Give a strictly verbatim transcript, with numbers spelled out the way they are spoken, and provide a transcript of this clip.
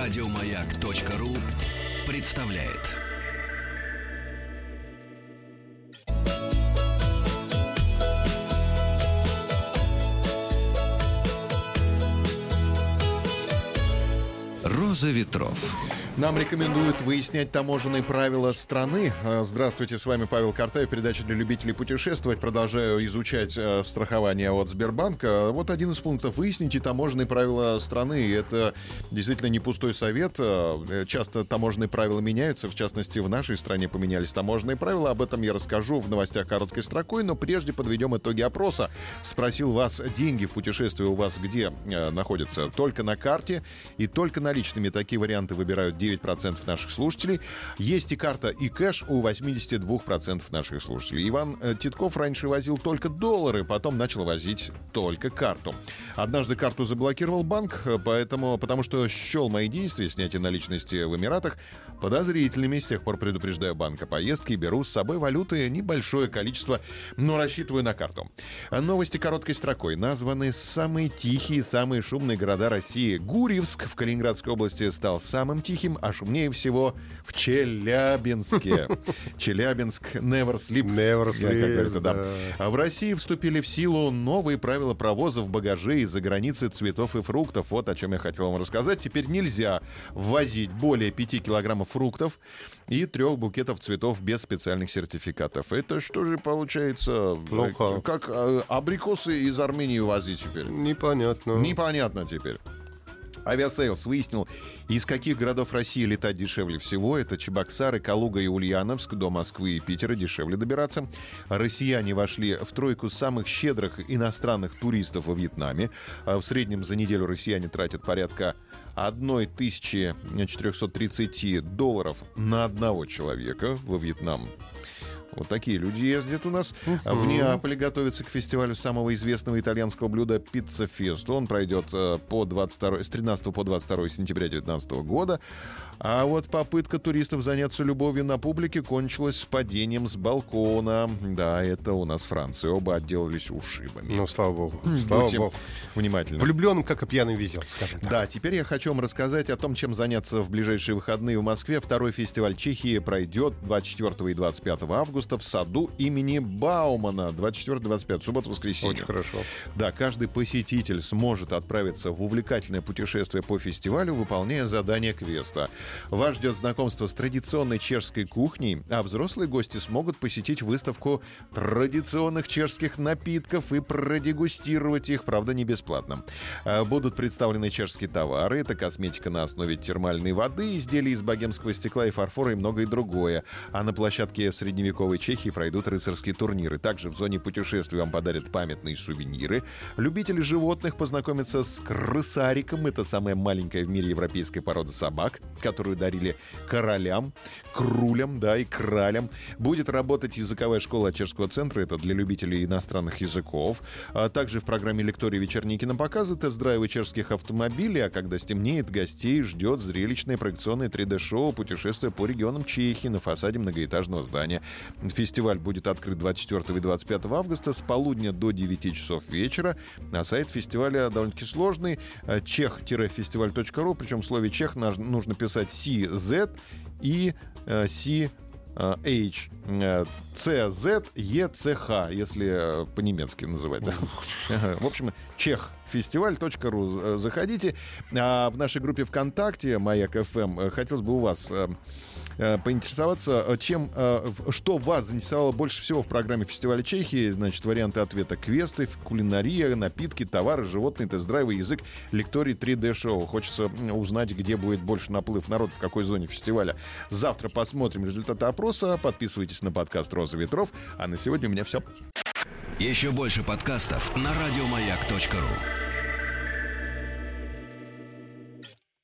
Радиомаяк.ру представляет. Роза ветров. Нам рекомендуют выяснять таможенные правила страны. Здравствуйте, с вами Павел Картаев, передача для любителей путешествовать. Продолжаю изучать э, страхование от Сбербанка. Вот один из пунктов: выясните таможенные правила страны. Это действительно не пустой совет. Часто таможенные правила меняются. В частности, в нашей стране поменялись таможенные правила. Об этом я расскажу в новостях короткой строкой. Но прежде подведем итоги опроса. Спросил вас, деньги в путешествии у вас где э, находятся? Только на карте и только наличными. Такие варианты выбирают девять процентов наших слушателей. Есть и карта, и кэш у восемьдесят два процента наших слушателей. Иван Титков раньше возил только доллары, потом начал возить только карту. Однажды карту заблокировал банк, поэтому, потому что счел мои действия снятия наличности в Эмиратах подозрительными. С тех пор предупреждаю банк о поездке и беру с собой валюты небольшое количество, но рассчитываю на карту. Новости короткой строкой. Названы самые тихие, самые шумные города России. Гурьевск в Калининградской области стал самым тихим, а шумнее всего в Челябинске. Челябинск never sleeps. Never sleeps, да. Да. А в России вступили в силу новые правила провоза в багаже из-за границы цветов и фруктов. Вот о чем я хотел вам рассказать. Теперь нельзя ввозить более пяти килограммов фруктов и трех букетов цветов без специальных сертификатов. Это что же получается? Плохо. Как э, абрикосы из Армении возить теперь? Непонятно. Непонятно теперь. Авиасейлс выяснил, из каких городов России летать дешевле всего. Это Чебоксары, Калуга и Ульяновск. До Москвы и Питера дешевле добираться. Россияне вошли в тройку самых щедрых иностранных туристов во Вьетнаме. В среднем за неделю россияне тратят порядка тысяча четыреста тридцать долларов на одного человека во Вьетнам. Вот такие люди ездят у нас. Uh-huh. В Неаполе готовятся к фестивалю самого известного итальянского блюда «Пицца Фесто». Он пройдет по двадцать второе, с тринадцатого по двадцать второе сентября две тысячи девятнадцатого года. А вот попытка туристов заняться любовью на публике кончилась с падением с балкона. Да, это у нас Франция. Оба отделались ушибами. Ну, слава богу. Слава Будьте богу. Внимательно. Влюбленным, как и пьяным везет, скажем так. Да, теперь я хочу вам рассказать о том, чем заняться в ближайшие выходные в Москве. Второй фестиваль Чехии пройдет двадцать четвёртого и двадцать пятого августа в саду имени Баумана. двадцать четвёртого двадцать пятого, суббота-воскресенье. Очень хорошо. Да, каждый посетитель сможет отправиться в увлекательное путешествие по фестивалю, выполняя задания квеста. Вас ждет знакомство с традиционной чешской кухней, а взрослые гости смогут посетить выставку традиционных чешских напитков и продегустировать их, правда, не бесплатно. Будут представлены чешские товары. Это косметика на основе термальной воды, изделия из богемского стекла и фарфора и многое другое. А на площадке средневековой Чехии пройдут рыцарские турниры. Также в зоне путешествий вам подарят памятные сувениры. Любители животных познакомятся с крысариком. Это самая маленькая в мире европейская порода собак, которую дарили королям, крулям, да, и кралям. Будет работать языковая школа чешского центра. Это для любителей иностранных языков. А также в программе лектории «Вечерние кинопоказы», тест-драйвы чешских автомобилей. А когда стемнеет, гостей ждет зрелищное проекционное три дэ-шоу «Путешествие по регионам Чехии» на фасаде многоэтажного здания. Фестиваль будет открыт двадцать четвёртого и двадцать пятого августа с полудня до девяти часов вечера. А сайт фестиваля довольно-таки сложный. чех фестиваль точка ру. Причем в слове «чех» нужно писать си зет и си эйч. си зет и си эйч, если по-немецки называть. Да. В общем, чех фестиваль точка ру. Заходите. А в нашей группе ВКонтакте «Маяк эф эм» хотелось бы у вас поинтересоваться, чем, что вас заинтересовало больше всего в программе фестиваля Чехии. Значит, варианты ответа: квесты, кулинария, напитки, товары, животные, тест-драйвы, язык, лекторий, три дэ-шоу. Хочется узнать, где будет больше наплыв народа, в какой зоне фестиваля. Завтра посмотрим результаты опроса. Подписывайтесь на подкаст «Роза ветров». А на сегодня у меня все. Еще больше подкастов на радиомаяк точка ру.